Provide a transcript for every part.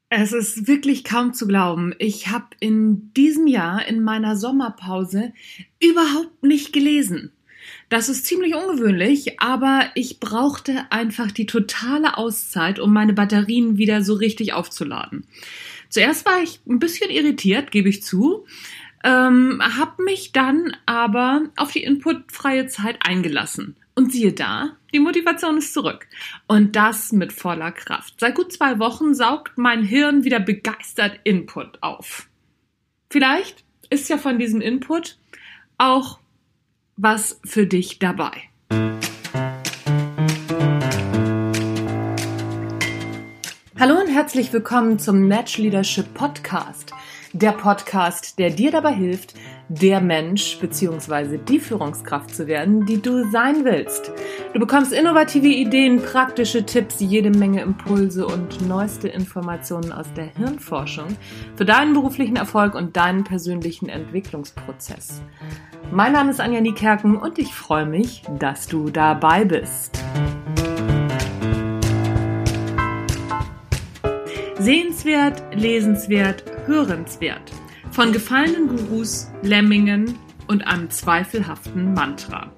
Es ist wirklich kaum zu glauben. Ich habe in diesem Jahr in meiner Sommerpause überhaupt nicht gelesen. Das ist ziemlich ungewöhnlich, aber ich brauchte einfach die totale Auszeit, um meine Batterien wieder so richtig aufzuladen. Zuerst war ich ein bisschen irritiert, gebe ich zu, habe mich dann aber auf die inputfreie Zeit eingelassen. Und siehe da, die Motivation ist zurück. Und das mit voller Kraft. Seit gut 2 Wochen saugt mein Hirn wieder begeistert Input auf. Vielleicht ist ja von diesem Input auch was für dich dabei. Hallo und herzlich willkommen zum Match Leadership Podcast. Der Podcast, der dir dabei hilft, der Mensch bzw. die Führungskraft zu werden, die du sein willst. Du bekommst innovative Ideen, praktische Tipps, jede Menge Impulse und neueste Informationen aus der Hirnforschung für deinen beruflichen Erfolg und deinen persönlichen Entwicklungsprozess. Mein Name ist Anja Niekerken und ich freue mich, dass du dabei bist. Sehenswert, lesenswert, hörenswert. Von gefallenen Gurus, Lemmingen und einem zweifelhaften Mantra.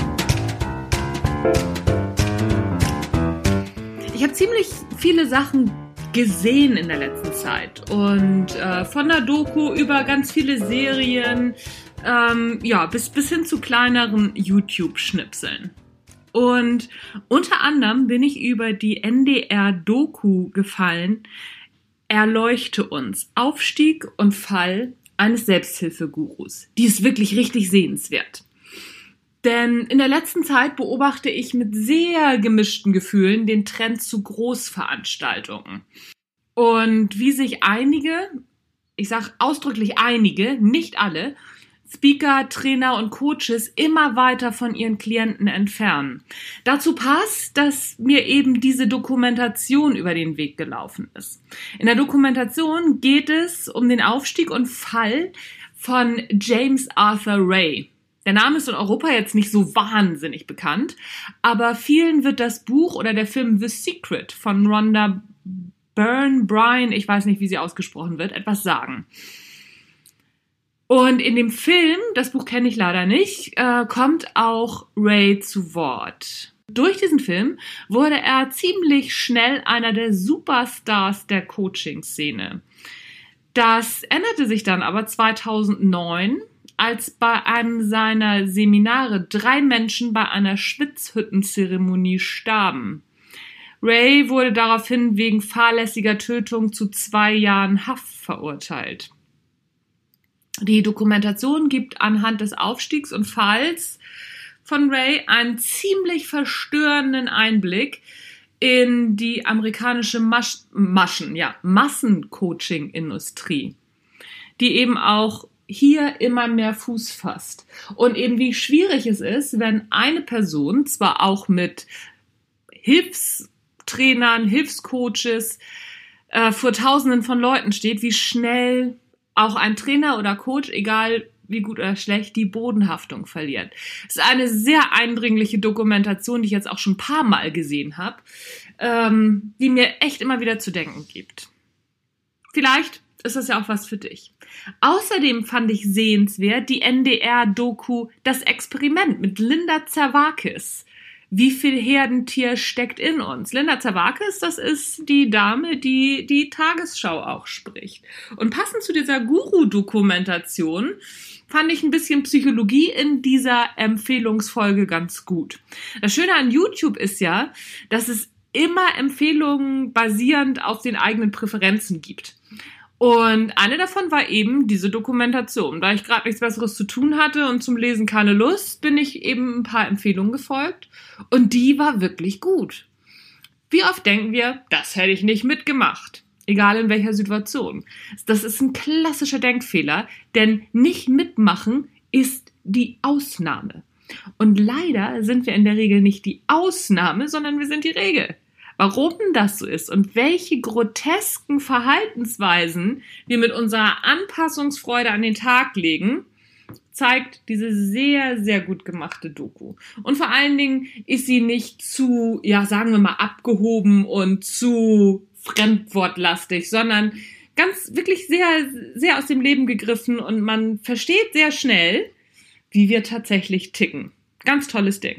Ich habe ziemlich viele Sachen gesehen in der letzten Zeit und von der Doku über ganz viele Serien, bis hin zu kleineren YouTube-Schnipseln. Und unter anderem bin ich über die NDR-Doku gefallen, Erleuchte uns, Aufstieg und Fall eines Selbsthilfegurus. Die ist wirklich richtig sehenswert. Denn in der letzten Zeit beobachte ich mit sehr gemischten Gefühlen den Trend zu Großveranstaltungen. Und wie sich einige, ich sage ausdrücklich einige, nicht alle, Speaker, Trainer und Coaches immer weiter von ihren Klienten entfernen. Dazu passt, dass mir eben diese Dokumentation über den Weg gelaufen ist. In der Dokumentation geht es um den Aufstieg und Fall von James Arthur Ray. Der Name ist in Europa jetzt nicht so wahnsinnig bekannt, aber vielen wird das Buch oder der Film The Secret von Rhonda Byrne, ich weiß nicht, wie sie ausgesprochen wird, etwas sagen. Und in dem Film, das Buch kenne ich leider nicht, kommt auch Ray zu Wort. Durch diesen Film wurde er ziemlich schnell einer der Superstars der Coaching-Szene. Das änderte sich dann aber 2009, als bei einem seiner Seminare 3 Menschen bei einer Schwitzhüttenzeremonie starben. Ray wurde daraufhin wegen fahrlässiger Tötung zu 2 Jahren Haft verurteilt. Die Dokumentation gibt anhand des Aufstiegs und Falls von Ray einen ziemlich verstörenden Einblick in die amerikanische Massencoaching-Industrie, die eben auch hier immer mehr Fuß fasst. Und eben wie schwierig es ist, wenn eine Person zwar auch mit Hilfstrainern, Hilfscoaches vor Tausenden von Leuten steht, wie schnell auch ein Trainer oder Coach, egal wie gut oder schlecht, die Bodenhaftung verliert. Es ist eine sehr eindringliche Dokumentation, die ich jetzt auch schon ein paar Mal gesehen habe, die mir echt immer wieder zu denken gibt. Vielleicht ist das ja auch was für dich. Außerdem fand ich sehenswert die NDR-Doku Das Experiment mit Linda Zervakis. Wie viel Herdentier steckt in uns? Linda Zervakis, das ist die Dame, die die Tagesschau auch spricht. Und passend zu dieser Guru-Dokumentation fand ich ein bisschen Psychologie in dieser Empfehlungsfolge ganz gut. Das Schöne an YouTube ist ja, dass es immer Empfehlungen basierend auf den eigenen Präferenzen gibt. Und eine davon war eben diese Dokumentation. Da ich gerade nichts Besseres zu tun hatte und zum Lesen keine Lust, bin ich eben ein paar Empfehlungen gefolgt. Und die war wirklich gut. Wie oft denken wir, das hätte ich nicht mitgemacht. Egal in welcher Situation. Das ist ein klassischer Denkfehler, denn nicht mitmachen ist die Ausnahme. Und leider sind wir in der Regel nicht die Ausnahme, sondern wir sind die Regel. Warum das so ist und welche grotesken Verhaltensweisen wir mit unserer Anpassungsfreude an den Tag legen, zeigt diese sehr, sehr gut gemachte Doku. Und vor allen Dingen ist sie nicht zu, ja, sagen wir mal, abgehoben und zu fremdwortlastig, sondern ganz wirklich sehr, sehr aus dem Leben gegriffen und man versteht sehr schnell, wie wir tatsächlich ticken. Ganz tolles Ding.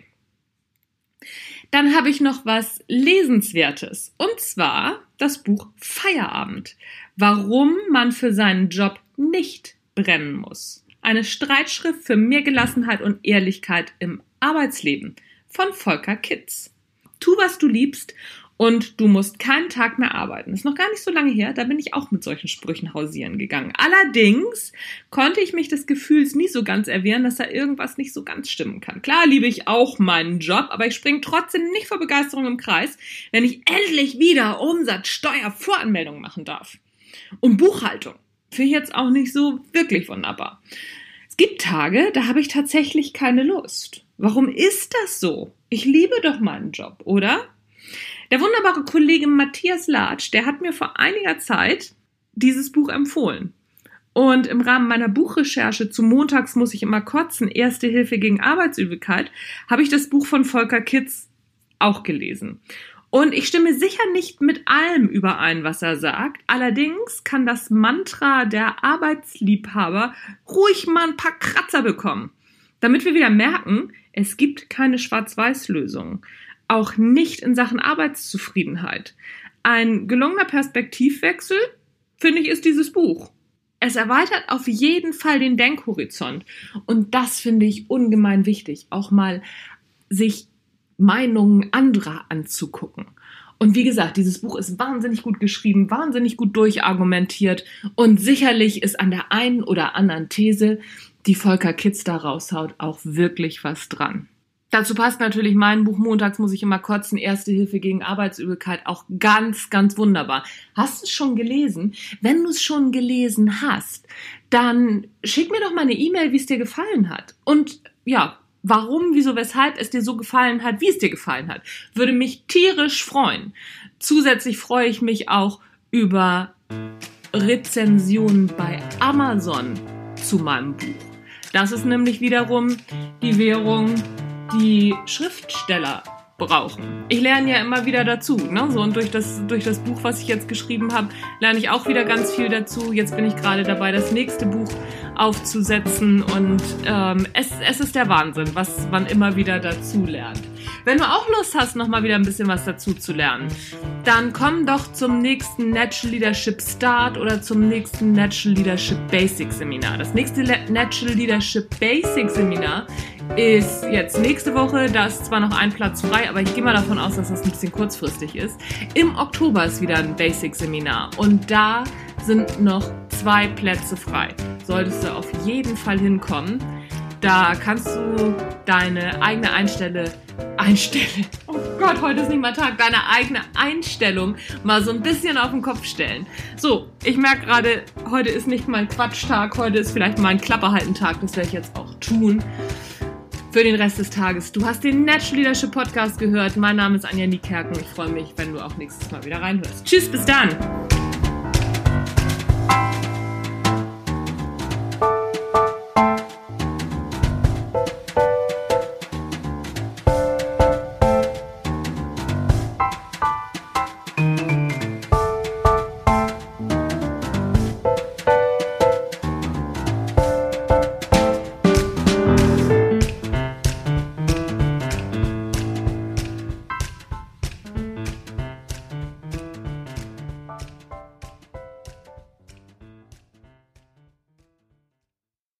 Dann habe ich noch was Lesenswertes und zwar das Buch Feierabend. Warum man für seinen Job nicht brennen muss. Eine Streitschrift für mehr Gelassenheit und Ehrlichkeit im Arbeitsleben von Volker Kitz. Tu, was du liebst und du musst keinen Tag mehr arbeiten. Ist noch gar nicht so lange her, da bin ich auch mit solchen Sprüchen hausieren gegangen. Allerdings konnte ich mich des Gefühls nie so ganz erwehren, dass da irgendwas nicht so ganz stimmen kann. Klar liebe ich auch meinen Job, aber ich springe trotzdem nicht vor Begeisterung im Kreis, wenn ich endlich wieder Umsatzsteuervoranmeldung machen darf. Und Buchhaltung finde ich jetzt auch nicht so wirklich wunderbar. Es gibt Tage, da habe ich tatsächlich keine Lust. Warum ist das so? Ich liebe doch meinen Job, oder? Der wunderbare Kollege Matthias Latsch, der hat mir vor einiger Zeit dieses Buch empfohlen. Und im Rahmen meiner Buchrecherche zu Montags muss ich immer kotzen, Erste Hilfe gegen Arbeitsübelkeit, habe ich das Buch von Volker Kitz auch gelesen. Und ich stimme sicher nicht mit allem überein, was er sagt. Allerdings kann das Mantra der Arbeitsliebhaber ruhig mal ein paar Kratzer bekommen. Damit wir wieder merken, es gibt keine Schwarz-Weiß-Lösung. Auch nicht in Sachen Arbeitszufriedenheit. Ein gelungener Perspektivwechsel, finde ich, ist dieses Buch. Es erweitert auf jeden Fall den Denkhorizont. Und das finde ich ungemein wichtig, auch mal sich Meinungen anderer anzugucken. Und wie gesagt, dieses Buch ist wahnsinnig gut geschrieben, wahnsinnig gut durchargumentiert und sicherlich ist an der einen oder anderen These, die Volker Kitz da raushaut, auch wirklich was dran. Dazu passt natürlich mein Buch Montags muss ich immer kotzen, Erste Hilfe gegen Arbeitsübelkeit, auch ganz, ganz wunderbar. Hast du es schon gelesen? Wenn du es schon gelesen hast, dann schick mir doch mal eine E-Mail, wie es dir gefallen hat. Und ja, warum, wieso, weshalb es dir so gefallen hat, wie es dir gefallen hat. Würde mich tierisch freuen. Zusätzlich freue ich mich auch über Rezensionen bei Amazon zu meinem Buch. Das ist nämlich wiederum die Währung, die Schriftsteller brauchen. Ich lerne ja immer wieder dazu, ne? So, und durch das Buch, was ich jetzt geschrieben habe, lerne ich auch wieder ganz viel dazu. Jetzt bin ich gerade dabei, das nächste Buch aufzusetzen und es ist der Wahnsinn, was man immer wieder dazu lernt. Wenn du auch Lust hast, nochmal wieder ein bisschen was dazu zu lernen, dann komm doch zum nächsten Natural Leadership Start oder zum nächsten Natural Leadership Basic Seminar. Das nächste Natural Leadership Basic Seminar ist jetzt nächste Woche, da ist zwar noch ein Platz frei, aber ich gehe mal davon aus, dass das ein bisschen kurzfristig ist. Im Oktober ist wieder ein Basic-Seminar und da sind noch 2 Plätze frei. Solltest du auf jeden Fall hinkommen. Da kannst du deine eigene oh Gott, heute ist nicht mal Tag, deine eigene Einstellung mal so ein bisschen auf den Kopf stellen. So, ich merke gerade, heute ist nicht mein Quatschtag, heute ist vielleicht mal ein Klapperhalten-Tag, das werde ich jetzt auch tun. Für den Rest des Tages. Du hast den Natural Leadership Podcast gehört. Mein Name ist Anja Niekerken. Ich freue mich, wenn du auch nächstes Mal wieder reinhörst. Tschüss, bis dann!